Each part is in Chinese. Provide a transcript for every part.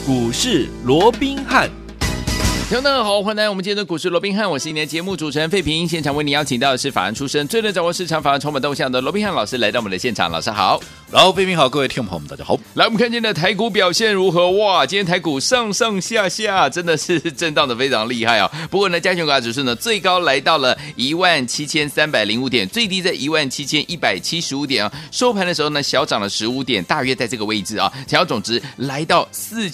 股市罗宾汉。 听众好，欢迎来到我们今天的股市罗宾汉，我是你的节目主持人费平。现场为你邀请到的是法案出身、最能掌握市场法案充满动向的罗宾汉老师来到我们的现场，老师好。 老费平好，各位听众朋友们大家好。 来，我们看今天的台股表现如何？哇，今天台股上上下下真的是震荡的非常厉害哦。不过呢，加权股价指数呢最高来到了17305点，最低在17175点啊。收盘的时候呢，小涨了15点，大约在这个位置啊。成交总值来到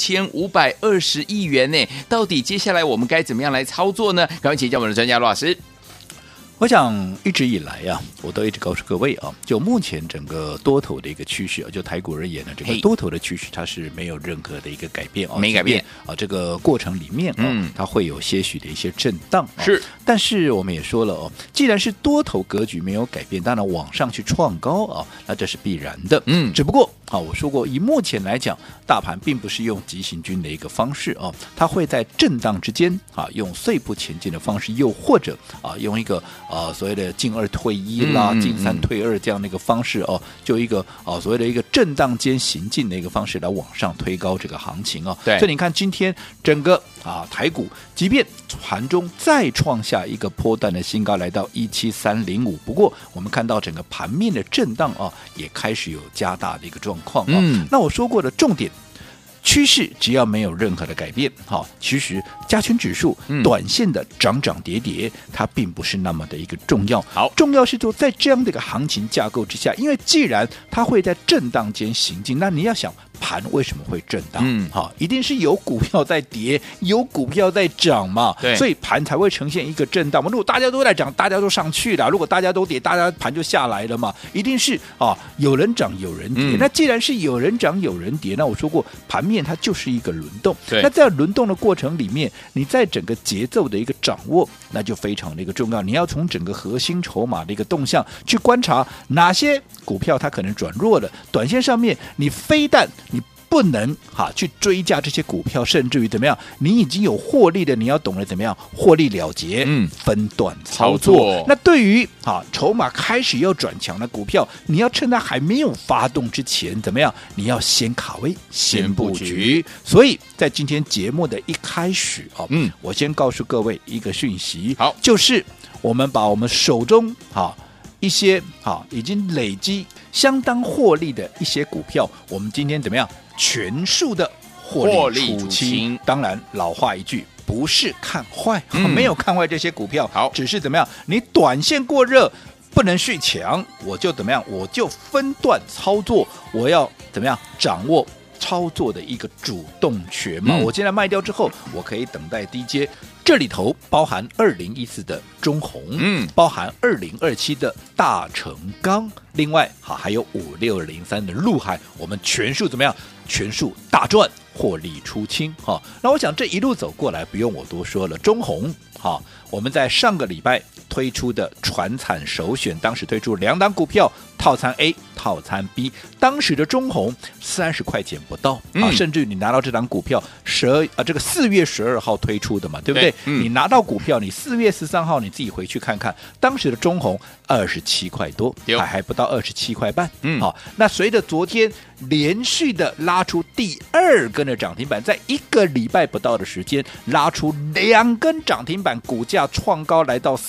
4520亿元呢。到底接下来我们该怎么样来操作呢？赶快请教我们的专家罗老师。 我想一直以来啊，我都一直告诉各位啊，就目前整个多头的一个趋势啊，就台股而言呢，这个多头的趋势它是没有任何的一个改变啊， 没改变啊，这个过程里面啊，它会有些许的一些震荡啊， 是， 但是我们也说了哦，既然是多头格局没有改变，当然往上去创高啊，那这是必然的，只不过啊，我说过，以目前来讲，大盘并不是用急行军的一个方式啊，它会在震荡之间啊，用碎步前进的方式，又或者啊，用一个所谓的进2退1啦，进3退2这样的一个方式哦，就一个所谓的一个震荡间行进的一个方式来往上推高这个行情哦。 对， 所以你看今天整个台股，即便盘中再创下一个波段的新高，来到17305，不过我们看到整个盘面的震荡啊，也开始有加大的一个状况啊。那我说过的重点。趋势只要没有任何的改变，其实加权指数短线的涨涨跌跌，它并不是那么的一个重要。 好， 重要是说在这样的一个行情架构之下，因为既然它会在震荡间行进，那你要想盘为什么会震荡？一定是有股票在跌，有股票在涨嘛， 对， 所以盘才会呈现一个震荡嘛。如果大家都在涨，大家都上去了；如果大家都跌，大家盘就下来了嘛。一定是有人涨有人跌。那既然是有人涨有人跌，那我说过盘面它就是一个轮动。那在轮动的过程里面，你在整个节奏的一个掌握，那就非常的一个重要。你要从整个核心筹码的一个动向去观察哪些股票它可能转弱了。短线上面，你非但你不能去追加这些股票，甚至于怎么样，你已经有获利的，你要懂得怎么样获利了结，分段操作。那对于筹码开始要转强的股票，你要趁它还没有发动之前，怎么样？你要先卡位，先布局。所以在今天节目的一开始我先告诉各位一个讯息， 好， 就是我们把我们手中一些已经累积相当获利的一些股票，我们今天怎么样全数的获利出清？当然老话一句，不是看坏，没有看坏这些股票， 好， 只是怎么样，你短线过热不能续强，我就怎么样，我就分段操作，我要怎么样掌握操作的一个主动权嘛。我现在卖掉之后，我可以等待低接。这里头包含2014的中鸿，包含2027的大成钢，另外还有5603的陆海，我们全数怎么样？全数大赚，获利出清那我想这一路走过来，不用我多说了。中鸿我们在上个礼拜推出的传产首选，当时推出2档股票，套餐 A 套餐 B， 当时的中鸿30块钱不到甚至你拿到这档股票这个4月12号推出的嘛，对不对？你拿到股票，你4月13号你自己回去看看，当时的中鸿27块多，还不到27块半那随着昨天连续的拉出第2根的涨停板，在1个礼拜不到的时间拉出2根涨停板，股价创高来到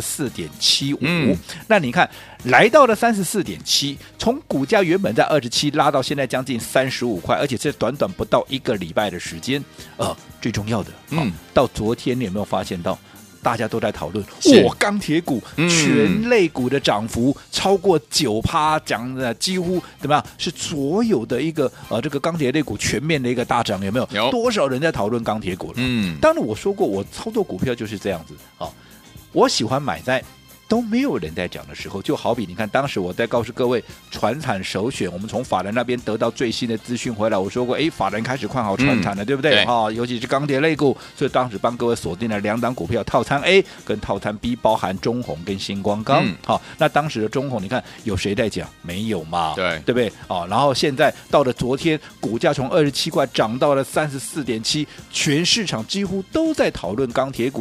34.75那你看来到了34.7，从股价原本在27拉到现在将近35块，而且这短短不到1个礼拜的时间最重要的到昨天你有没有发现到大家都在讨论钢铁股全类股的涨幅超过9%，讲的几乎怎么样？是所有的一个这个钢铁类股全面的一个大涨，有没有？ 有多少人在讨论钢铁股了？当然我说过，我操作股票就是这样子我喜欢买在都没有人在讲的时候，就好比你看当时我在告诉各位传产首选，我们从法人那边得到最新的资讯回来，我说过法人开始看好传产了，对不对？尤其是钢铁类股，所以当时帮各位锁定了2档股票，套餐 A 跟套餐 B， 包含中鸿跟新光钢那当时的中鸿你看有谁在讲？没有嘛，对不对然后现在到了昨天，股价从27块涨到了34.7，全市场几乎都在讨论钢铁股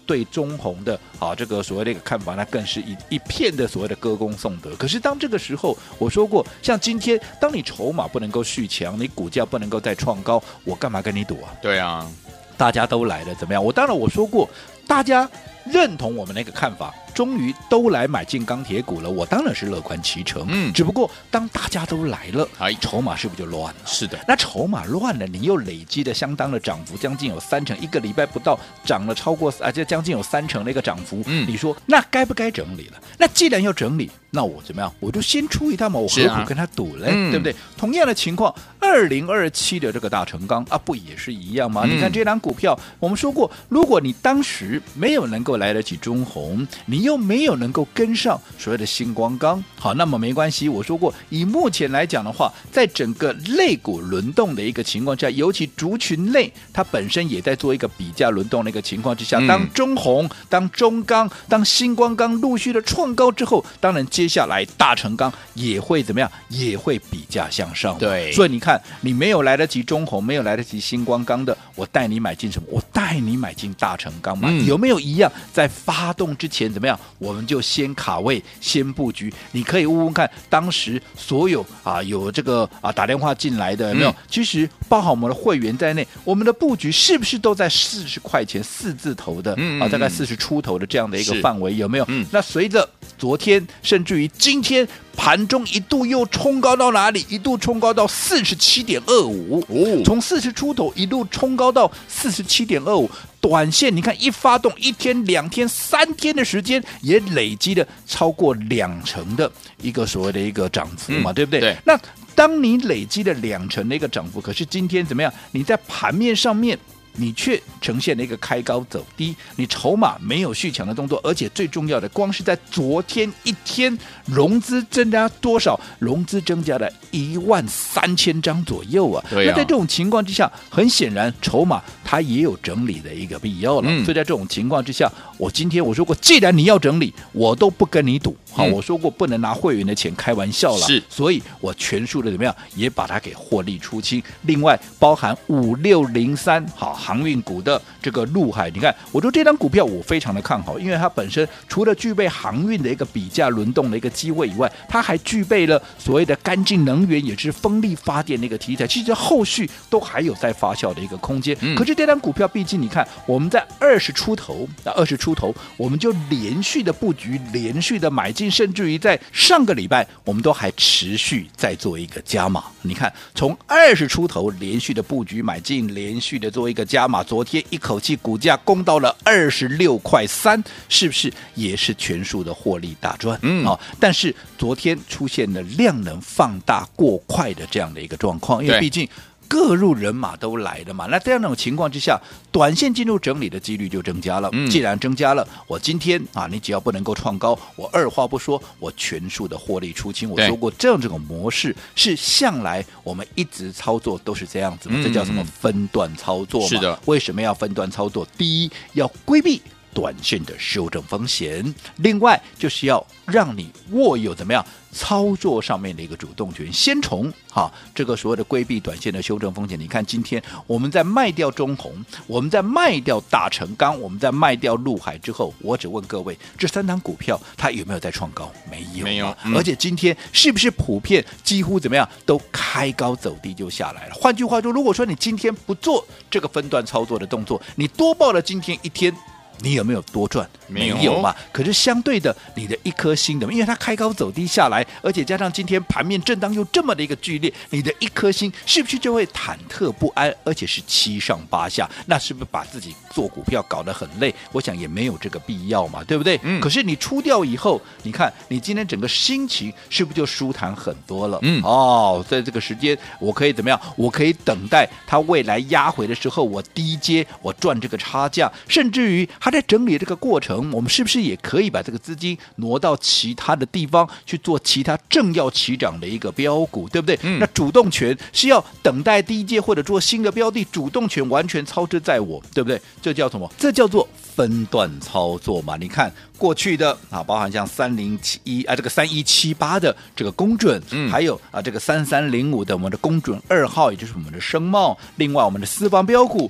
对中红的这个所谓的一个看法，那更是一片的所谓的歌功颂德。可是当这个时候，我说过，像今天，当你筹码不能够续强，你股价不能够再创高，我干嘛跟你赌啊？ 对啊， 大家都来了，怎么样？当然我说过，大家认同我们那个看法，终于都来买进钢铁股了，我当然是乐观其成。只不过当大家都来了，筹码是不是就乱了？ 是的， 那筹码乱了，你又累积的相当的涨幅，将近有30%，一个礼拜不到涨了超过就将近有30%的一个涨幅。你说那该不该整理了？那既然要整理，那我怎么样？我就先出一趟嘛，我何苦跟他赌嘞？对不对？同样的情况，2027的这个大成钢不也是一样吗？你看这档股票，我们说过，如果你当时没有能够来得及中红，你又没有能够跟上所谓的星光钢，好，那么没关系。我说过，以目前来讲的话，在整个类股轮动的一个情况下，尤其族群类它本身也在做一个比价轮动的一个情况之下，当中红、当中钢、当星光钢陆续的创高之后，当然接下来大成钢也会怎么样？也会比价向上。 对， 所以你看，你没有来得及中红，没有来得及星光钢的，我带你买进什么？我带你买进大成钢嘛。有没有一样在发动之前怎么样？我们就先卡位，先布局。你可以问问看，当时所有有这个打电话进来的有没有？其实包含我们的会员在内，我们的布局是不是都在40块钱4字头的大概40出头的这样的一个范围？有没有？那随着昨天甚至于今天盘中一度又冲高到哪里？一度冲高到47.25，从40出头一路冲高到47.25。短线你看一发动，1天、2天、3天的时间，也累积了超过2成的一个所谓的一个涨幅嘛，对不对？ 对。 那当你累积了2成的一个涨幅，可是今天怎么样？你在盘面上面，你却呈现了一个开高走低，你筹码没有续强的动作，而且最重要的，光是在昨天一天融资增加多少？融资增加了13000张左右啊！那在这种情况之下，很显然筹码它也有整理的一个必要了。所以在这种情况之下，我今天我说过，既然你要整理，我都不跟你赌。好，我说过不能拿会员的钱开玩笑了，所以我全数的怎么样，也把它给获利出清。另外包含5603航运股的这个陆海，你看，我说这张股票我非常的看好，因为它本身除了具备航运的一个比价轮动的一个机会以外，它还具备了所谓的干净能源，也是风力发电的一个题材，其实后续都还有在发酵的一个空间。可是这张股票毕竟你看，我们在20出头，我们就连续的布局，连续的买进，甚至于在上个礼拜我们都还持续在做一个加码。你看，从20出头连续的布局买进，连续的做一个加码，昨天一口气股价攻到了26.3块，是不是也是全数的获利大赚？但是昨天出现了量能放大过快的这样的一个状况，因为毕竟各路人马都来了嘛，那这样的情况之下，短线进入整理的几率就增加了。既然增加了，我今天你只要不能够创高，我二话不说，我全数的获利出清。我说过，这种模式是向来我们一直操作都是这样子的，这叫什么分段操作嘛？ 是的。 为什么要分段操作？第一，要规避短线的修正风险，另外就是要让你握有怎么样操作上面的一个主动权。先从这个所谓的规避短线的修正风险，你看今天我们在卖掉中红，我们在卖掉大成钢，我们在卖掉陆海之后，我只问各位，这3档股票它有没有在创高？没有。而且今天是不是普遍几乎怎么样都开高走低就下来了？换句话说，如果说你今天不做这个分段操作的动作，你多报了今天一天，你有没有多赚？没有嘛。可是相对的，你的一颗心的，因为它开高走低下来，而且加上今天盘面震荡又这么的一个剧烈，你的一颗心是不是就会忐忑不安，而且是7上8下？那是不是把自己做股票搞得很累？我想也没有这个必要嘛，对不对？可是你出掉以后，你看你今天整个心情是不是就舒坦很多了？在这个时间我可以怎么样？我可以等待它未来压回的时候，我低接，我赚这个差价，甚至于它在整理这个过程，我们是不是也可以把这个资金挪到其他的地方去做其他正要起涨的一个标股，对不对？那主动权是要等待低阶或者做新的标的，主动权完全操之在我，对不对？这叫什么？这叫做分段操作嘛。你看过去的包含像301这个3178的这个公准，还有这个3305的我们的公准2号，也就是我们的声茂，另外我们的私房标股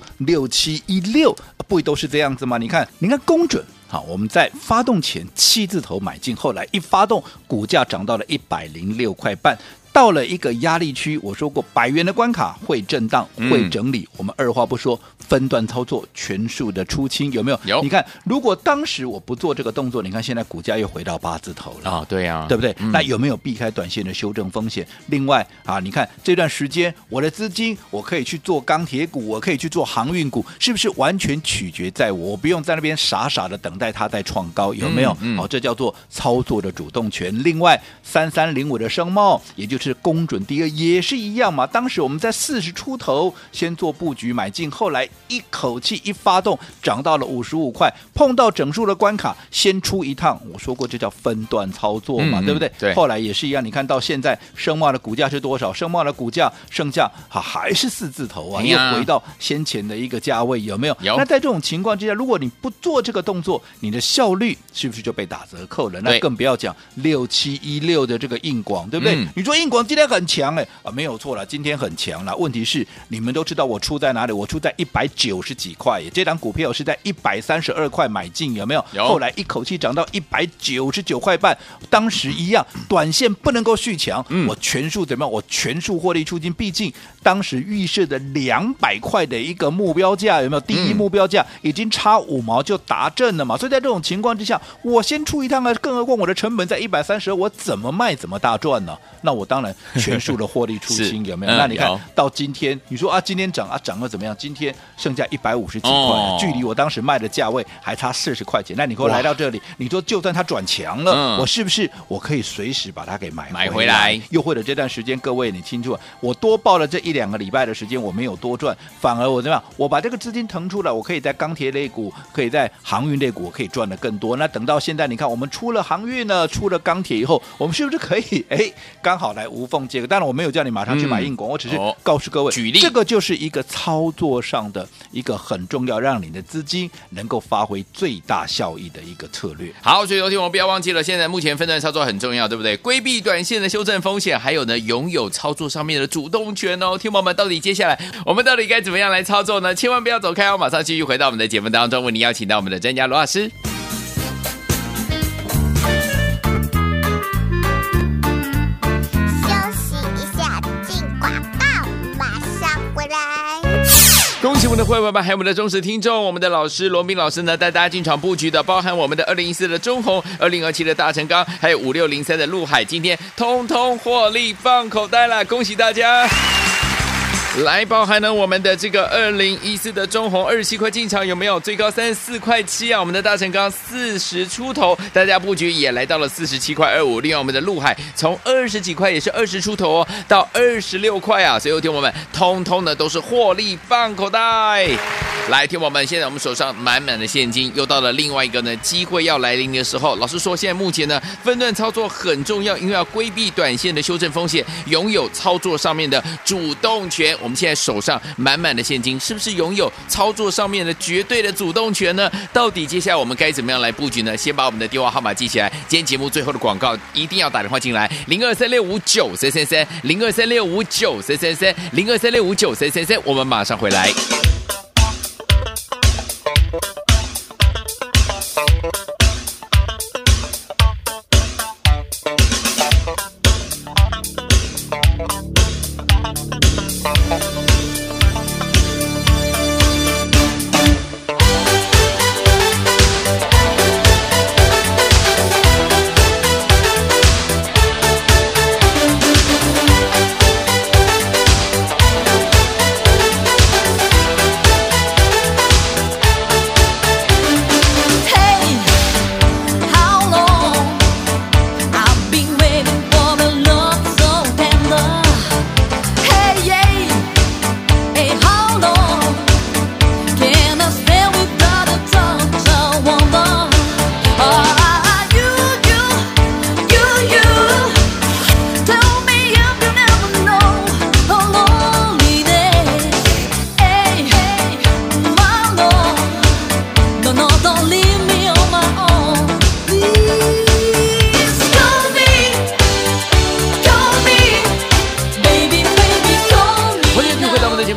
6716，不都是这样子吗？你看公准。好，我们在发动前7字头买进，后来一发动，股价涨到了106块半。到了一个压力区，我说过100元的关卡会震荡会整理，我们二话不说分段操作，全数的出清，有没有？ 有。 你看如果当时我不做这个动作，你看现在股价又回到8字头了啊， 对啊， 对不对？那有没有避开短线的修正风险？另外你看这段时间我的资金我可以去做钢铁股，我可以去做航运股，是不是完全取决在我不用在那边傻傻的等待它再创高，有没有？好，这叫做操作的主动权。另外3305的声茂，也就是公准第二也是一样嘛，当时我们在40出头先做布局买进，后来一口气一发动涨到了55块，碰到整数的关卡先出一趟，我说过这叫分段操作嘛，对不对？ 对。 后来也是一样，你看到现在声茂的股价是多少？声茂的股价剩下还是4字头啊，又回到先前的一个价位，有没有？ 有。 那在这种情况之下，如果你不做这个动作，你的效率是不是就被打折扣了？那更不要讲6716的这个硬广，对不对？你说硬广今天很强没有错了，今天很强了。问题是你们都知道我出在哪里？我出在190几块耶，这档股票是在132块买进，有没有？后来一口气涨到199块半，当时一样，短线不能够续强，我全数怎么样？我全数获利出金，毕竟当时预设的200块的一个目标价，有没有？第一目标价已经差5毛就达阵了嘛，所以在这种情况之下，我先出一趟啊，更何况我的成本在132，我怎么卖怎么大赚呢？那我当然全数的获利出清，有没有？那你看到今天，你说今天涨涨了怎么样？今天剩下150几块，距离我当时卖的价位还差40块钱。那你给我来到这里，你说就算它转强了，我是不是我可以随时把它给买回来？又或者这段时间，各位你清楚，我多报了这1-2个礼拜的时间，我没有多赚，反而我怎么样？我把这个资金腾出来，我可以在钢铁类股，可以在航运类股，我可以赚得更多。那等到现在，你看我们出了航运呢，出了钢铁以后，我们是不是可以刚好来无缝接轨？当然我没有叫你马上去买硬广，我只是告诉各位， 举例， 这个就是一个操作上的一个很重要，让你的资金能够发挥最大效益的一个策略。 好，所以有听我不要忘记了，现在目前分段操作很重要，对不对？规避短线的修正风险，还有呢，拥有操作上面的主动权哦。听众们，到底接下来我们到底该怎么样来操作呢？千万不要走开哦，马上继续回到我们的节目当中，为您邀请到我们的专家罗老师。恭喜我们的会员们，还有我们的忠实听众，我们的老师罗明老师呢，带大家进场布局的，包含我们的2014的中鸿、2027的大成钢，还有5603的陆海，今天通通获利放口袋了，恭喜大家！来，包含呢我们的这个2014的中鸿27块进场，有没有？最高34块7啊！我们的大成钢40出头，大家布局也来到了47块25。另外我们的陆海从20几块也是20出头哦，到26块啊！所以听我们通通的都是获利放口袋。来，听我们，现在我们手上满满的现金，又到了另外一个呢机会要来临的时候。老实说，现在目前呢分段操作很重要，因为要规避短线的修正风险，拥有操作上面的主动权。我们现在手上满满的现金，是不是拥有操作上面的绝对的主动权呢？到底接下来我们该怎么样来布局呢？先把我们的电话号码记起来，今天节目最后的广告一定要打电话进来，0236593333 02365933 0236593333，我们马上回来。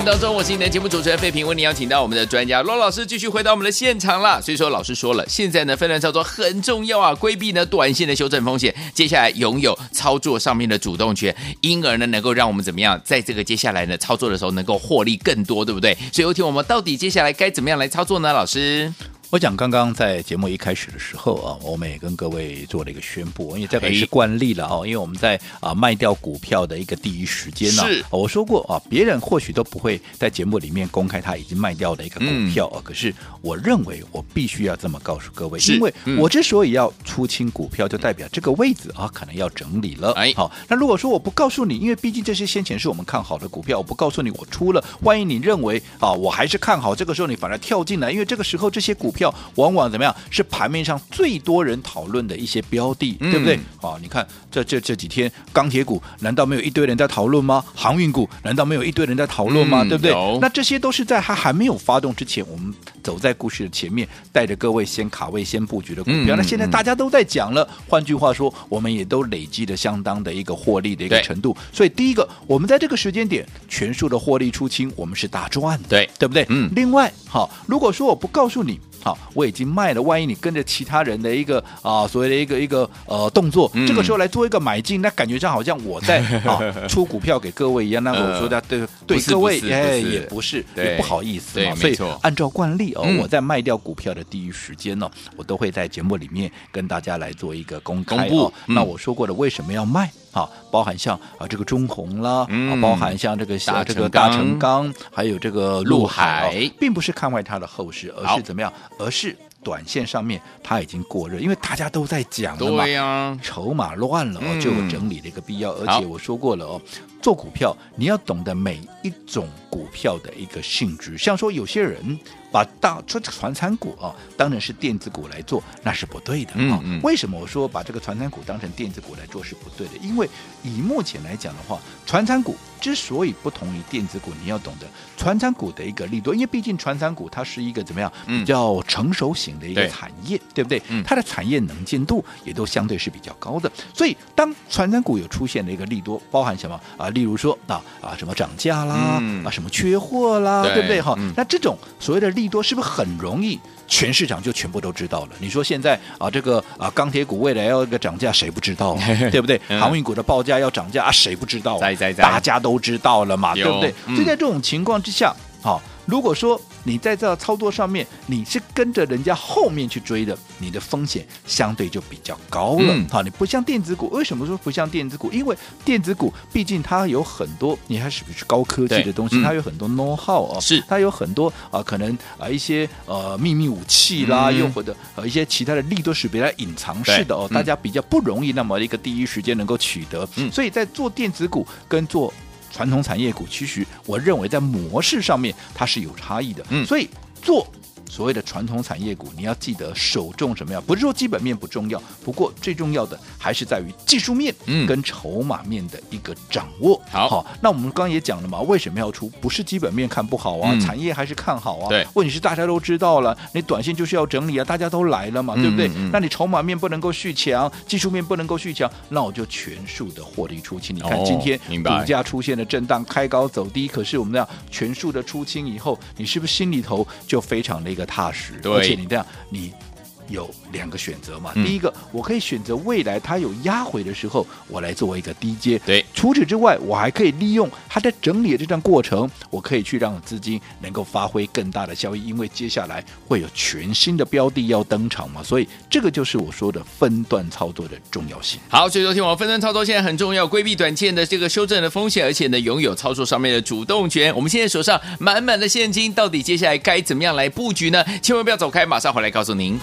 当中，我是你的节目主持人费平，为你邀请到我们的专家罗老师继续回到我们的现场啦。所以说，老师说了，现在呢，分段操作很重要啊，规避呢短线的修正风险，接下来拥有操作上面的主动权，因而呢能够让我们怎么样，在这个接下来呢操作的时候能够获利更多，对不对？所以有请我们到底接下来该怎么样来操作呢？老师？ 我讲刚刚在节目一开始的时候啊，我们也跟各位做了一个宣布，因为这个也是惯例了哦，因为我们在卖掉股票的一个第一时间呢，我说过啊，别人或许都不会在节目里面公开他已经卖掉的一个股票可是我认为我必须要这么告诉各位，因为我之所以要出清股票，就代表这个位置啊可能要整理了。好，那如果说我不告诉你，因为毕竟这些先前是我们看好的股票，我不告诉你我出了，万一你认为我还是看好，这个时候你反而跳进来，因为这个时候这些股票往往怎么样是盘面上最多人讨论的一些标的，对不对？你看这几天钢铁股难道没有一堆人在讨论吗？航运股难道没有一堆人在讨论吗？对不对？那这些都是在它还没有发动之前，我们走在故事的前面，带着各位先卡位先布局的股票。那现在大家都在讲了，换句话说，我们也都累积了相当的一个获利的一个程度。所以第一个，我们在这个时间点全数的获利出清，我们是大赚的，对不对？另外，如果说我不告诉你，我已经卖了，万一你跟着其他人的一个所谓的一个动作，这个时候来做一个买进，那感觉上好像我在出股票给各位一样。那我说的对各位也不是，也不好意思嘛。所以按照惯例我在卖掉股票的第一时间呢，我都会在节目里面跟大家来做一个公布。那我说过了，为什么要卖？包含像这个中红啦，包含像这个大成钢，还有这个陆海，并不是看坏它的后市，而是怎么样？而是短线上面它已经过热，因为大家都在讲了嘛，对筹码乱了就有整理的一个必要。而且我说过了做股票你要懂得每一种股票的一个性质，像说有些人把传产股当成是电子股来做，那是不对的为什么我说把这个传产股当成电子股来做是不对的？因为以目前来讲的话，传产股之所以不同于电子股，你要懂得传产股的一个利多，因为毕竟传产股它是一个怎么样比较成熟型的一个产业， 对不对？它的产业能见度也都相对是比较高的，所以当传产股有出现的一个利多，包含什么例如说什么涨价啦什么缺货啦，对不对那这种所谓的利多是不是很容易全市场就全部都知道了？你说现在这个钢铁股未来要一个涨价，谁不知道对不对？航运股的报价要涨价谁不知道大家都知道了嘛，对不对？所以在这种情况之下如果说你在这操作上面你是跟着人家后面去追的，你的风险相对就比较高了你不像电子股。为什么说不像电子股？因为电子股毕竟它有很多，你还是高科技的东西，它有很多 know how 是它有很多可能一些秘密武器啦，又或者一些其他的利多是比较隐藏式的大家比较不容易那么一个第一时间能够取得所以在做电子股跟做传统产业股，其实我认为在模式上面它是有差异的所以做所谓的传统产业股，你要记得首重什么样？不是说基本面不重要，不过最重要的还是在于技术面跟筹码面的一个掌握。好，那我们刚刚也讲了嘛，为什么要出？不是基本面看不好产业还是看好对，问题是大家都知道了，你短线就是要整理大家都来了嘛，对不对？那你筹码面不能够续强，技术面不能够续强，那我就全数的获利出清。你看今天股价出现了震荡，开高走低，可是我们这样全数的出清以后，你是不是心里头就非常的一个踏实？而且你这样你有两个选择嘛，第一个我可以选择未来它有压回的时候我来作为一个低阶，对，除此之外我还可以利用它在整理的这段过程，我可以去让资金能够发挥更大的效益，因为接下来会有全新的标的要登场嘛，所以这个就是我说的分段操作的重要性。 好，所以昨天我们分段操作现在很重要，规避短线的这个修正的风险，而且呢拥有操作上面的主动权。我们现在手上满满的现金，到底接下来该怎么样来布局呢？千万不要走开，马上回来告诉您。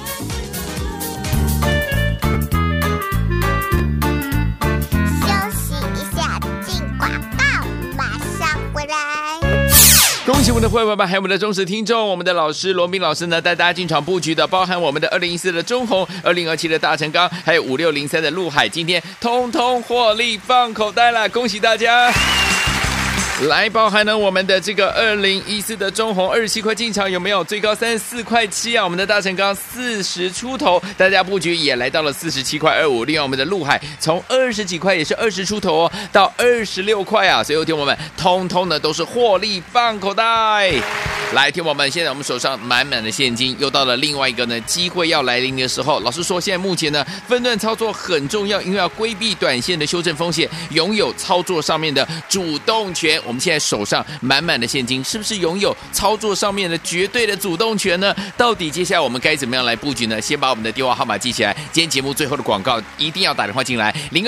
恭喜我们的会员们，还有我们的忠实听众，我们的老师罗明老师呢，带大家进场布局的，包含我们的2014的中红、2027的大成钢，还有5603的陆海，今天通通获利放口袋了，恭喜大家！ 来，包含呢我们的这个2014的中红27块进场，有没有？最高34块7啊，我们的大成钢40出头，大家布局也来到了47块25。另外我们的陆海从20几块也是20出头哦，到26块啊，所以有听我们通通呢都是获利放口袋。来，听我们，现在我们手上满满的现金，又到了另外一个呢机会要来临的时候。老师说，现在目前呢分段操作很重要，因为要规避短线的修正风险，拥有操作上面的主动权。我们现在手上满满的现金，是不是拥有操作上面的绝对的主动权呢？到底接下来我们该怎么样来布局呢？先把我们的电话号码记起来，今天节目最后的广告一定要打电话进来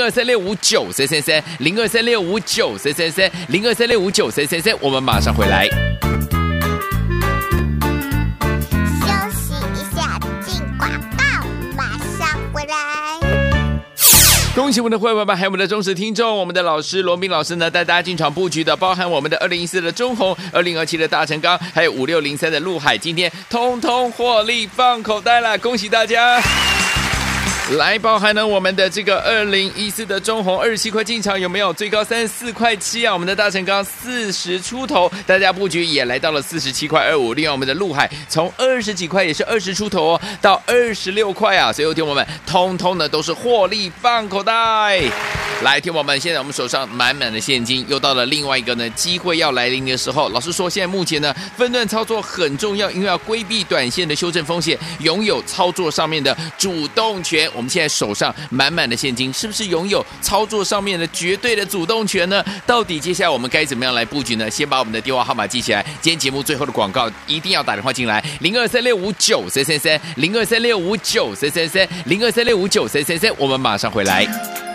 ，0236593333，0236593333，0236593333，我们马上回来。恭喜我们的会员们，还有我们的忠实听众，我们的老师罗明老师呢，带大家进场布局的，包含我们的2014的中红、2027的大成钢，还有5603的陆海，今天通通获利放口袋了，恭喜大家！来，包含呢我们的这个2014的中红27块进场，有没有？最高34块7啊，我们的大成钢40出头，大家布局也来到了47块25。另外我们的陆海从20几块也是20出头哦，到26块啊，所以有听我们通通呢都是获利放口袋。来，听我们，现在我们手上满满的现金，又到了另外一个呢机会要来临的时候。老师说，现在目前呢分段操作很重要，因为要规避短线的修正风险，拥有操作上面的主动权。我们现在手上满满的现金，是不是拥有操作上面的绝对的主动权呢？到底接下来我们该怎么样来布局呢？先把我们的电话号码记起来，今天节目最后的广告一定要打电话进来，0236593333，0236593333，0236593333，我们马上回来。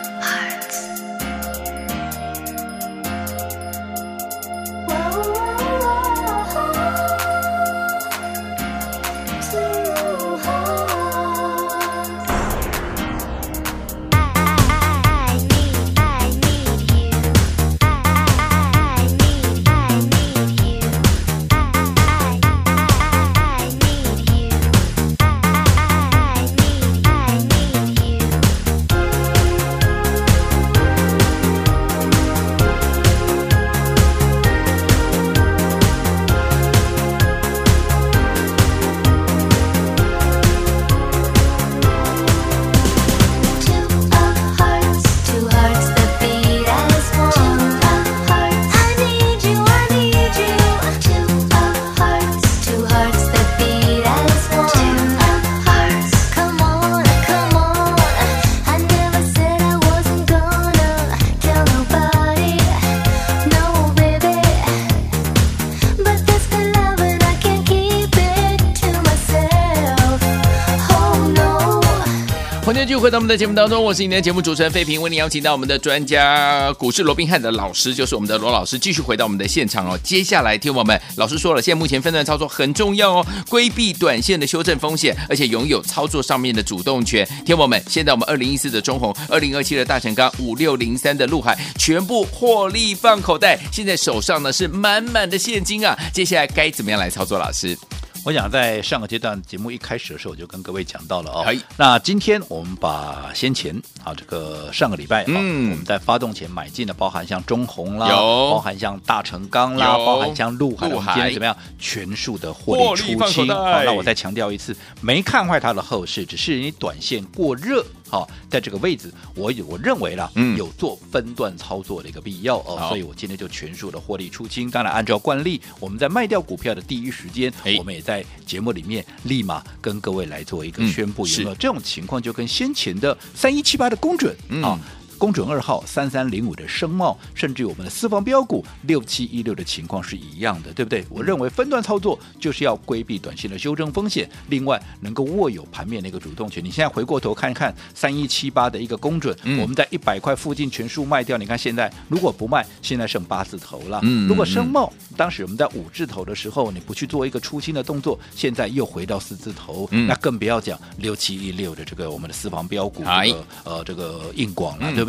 继续回到我们的节目当中，我是你的节目主持人费平，为你邀请到我们的专家股市罗宾汉的老师，就是我们的罗老师，继续回到我们的现场哦。接下来听我们老师说了，现在目前分段操作很重要哦，规避短线的修正风险，而且拥有操作上面的主动权。听我们，现在我们2014的中红、2027的大成钢、5603的陆海，全部获利放口袋，现在手上呢是满满的现金啊。接下来该怎么样来操作？老师？ 我想在上个阶段节目一开始的时候，我就跟各位讲到了哦。那今天我们把先前这个上个礼拜我们在发动前买进的，包含像中红啦，包含像大成钢啦，包含像陆海，我们今天怎么样全数的获利出清？好，那我再强调一次，没看坏它的后市，只是你短线过热。好，在这个位置，我认为啦，有做分段操作的一个必要哦，所以我今天就全数的获利出清。当然，按照惯例，我们在卖掉股票的第一时间，我们也在节目里面立马跟各位来做一个宣布。有没有这种情况？就跟先前的3178的公准啊。公准2号3305的声茂，甚至我们的私房标股6716的情况是一样的，对不对？我认为分段操作就是要规避短线的修正风险，另外能够握有盘面的一个主动权。你现在回过头看看3178的一个公准，我们在100块附近全数卖掉，你看现在如果不卖，现在剩8字头了。如果声茂当时我们在5字头的时候，你不去做一个出清的动作，现在又回到4字头，那更不要讲6716的这个我们的私房标股这个硬广了，对不对？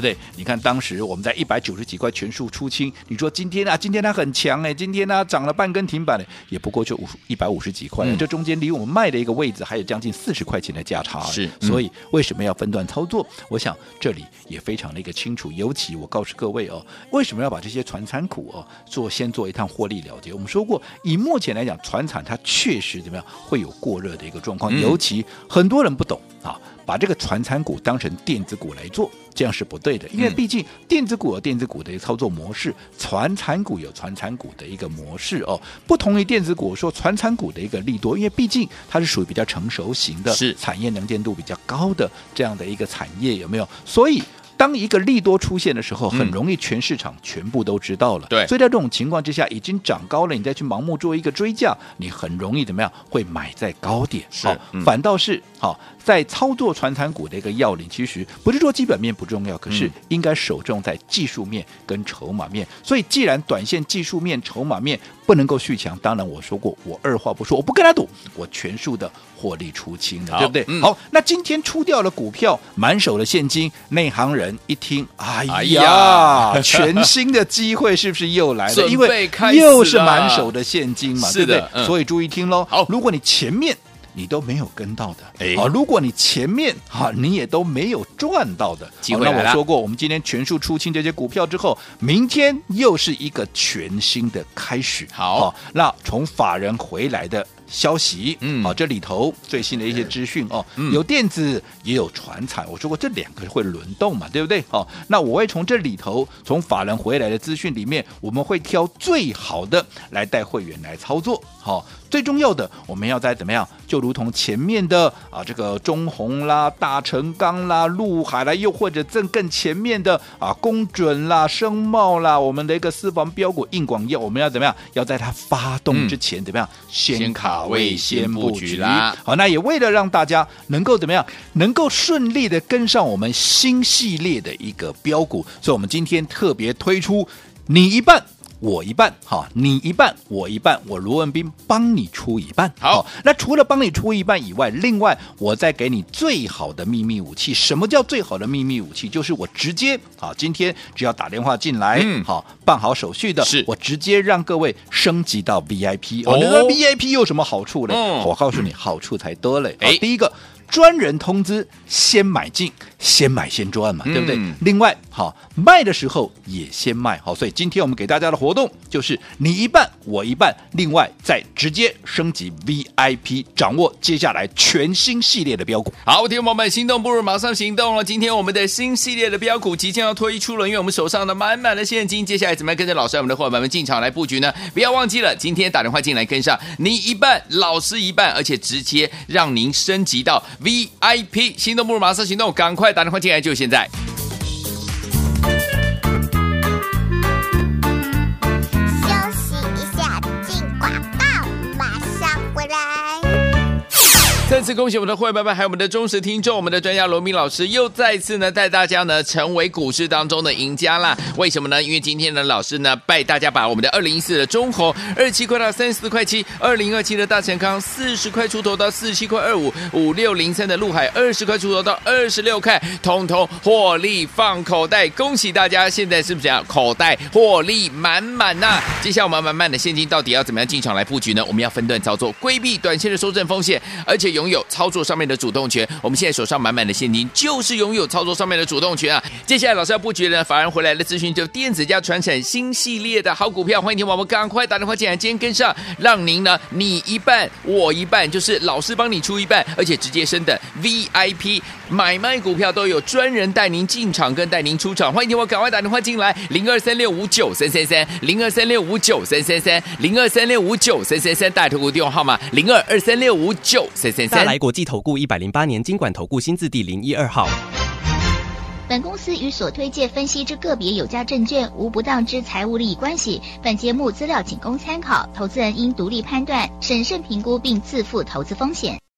不对？你看当时我们在190几块全数出清，你说今天它很强今天它涨了半根停板也不过就150几块，这中间离我们卖的一个位置还有将近40块钱的价差， 是， 所以为什么要分段操作？我想这里也非常的一个清楚，尤其我告诉各位为什么要把这些传产股先做一趟获利了结？我们说过，以目前来讲，传产它确实怎么样会有过热的一个状况，尤其很多人不懂把这个传产股当成电子股来做，这样是不对的，因为毕竟电子股有电子股的一个操作模式，传产股有传产股的一个模式不同于电子股说传产股的一个利多，因为毕竟它是属于比较成熟型的， 是产业能见度比较高的这样的一个产业，有没有？所以当一个利多出现的时候，很容易全市场全部都知道了。 对， 所以在这种情况之下，已经涨高了，你再去盲目做一个追价，你很容易怎么样？会买在高点。反倒是在操作传产股的一个要领，其实不是说基本面不重要，可是应该首重在技术面跟筹码面。所以既然短线技术面、筹码面不能够续强，当然我说过，我二话不说，我不跟他赌，我全数的获利出清了，对不对？好，那今天出掉了股票，满手的现金，内行人一听，哎呀，全新的机会是不是又来了？因为又是满手的现金嘛，对不对？所以注意听喽。好，如果你前面你都没有跟到的，如果你前面你也都没有赚到的机会，那我说过，我们今天全数出清这些股票之后，明天又是一个全新的开始。好，那从法人回来的消息，这里头最新的一些资讯有电子也有传产，我说过这两个会轮动嘛，对不对？那我会从这里头，从法人回来的资讯里面，我们会挑最好的来带会员来操作。最重要的，我们要在怎么样？就如同前面的这个中鸿啦、大成钢啦、陆海啦，又或者更前面的公准啦、生茂啦，我们的一个私房标股硬广业，我们要怎么样？要在它发动之前怎么样？先卡位、先布局啦。好，那也为了让大家能够怎么样？能够顺利的跟上我们新系列的一个标股，所以我们今天特别推出你一半我一半，你一半我一半，我罗文彬帮你出一半。好，那除了帮你出一半以外，另外我再给你最好的秘密武器。什么叫最好的秘密武器？就是我直接今天只要打电话进来，办好手续的，我直接让各位升级到 VIP。你说 VIP 有什么好处呢？我告诉你，好处才多嘞。第一个，专人通知，先买进，先买先赚嘛，对不对？另外，卖的时候也先卖，所以今天我们给大家的活动就是你一半我一半，另外再直接升级 VIP， 掌握接下来全新系列的标股。 好，听众朋友们，心动不如马上行动了。今天我们的新系列的标股即将要推出了，因为我们手上的满满的现金，接下来怎么样跟着老师我们的伙伴们进场来布局呢？不要忘记了，今天打电话进来跟上，你一半老师一半，而且直接让您升级到VIP， 心动不如马上行动，赶快打电话进来，就现在。再次恭喜我们的会员们，还有我们的忠实听众，我们的专家罗明老师又再次呢带大家呢成为股市当中的赢家啦。为什么呢？因为今天呢老师呢带大家把我们的2014的中鸿27块到34块7 ，2027的大成康40块出头到47块25 ，5603的陆海20块出头到26块，通通获利放口袋。恭喜大家，现在是不是讲口袋获利满满呐？接下来我们满满的现金到底要怎么样进场来布局呢？我们要分段操作，规避短线的收正风险，而且拥有操作上面的主动权。我们现在手上满满的现金，就是拥有操作上面的主动权啊！接下来老师要布局的，法人回来的资讯，就电子加传产新系列的好股票，欢迎听我们赶快打电话进来，今天跟上，让您呢你一半我一半，就是老师帮你出一半，而且直接升等 VIP， 买卖股票都有专人带您进场跟带您出场，欢迎听我赶快打电话进来，0236593333 02365933 02365933，大头股电话号码0223659333。 大来国际投顾108年金管投顾新字第012号。 本公司与所推介分析之个别有价证券无不当之财务利益关系。本节目资料仅供参考，投资人应独立判断、审慎评估并自负投资风险。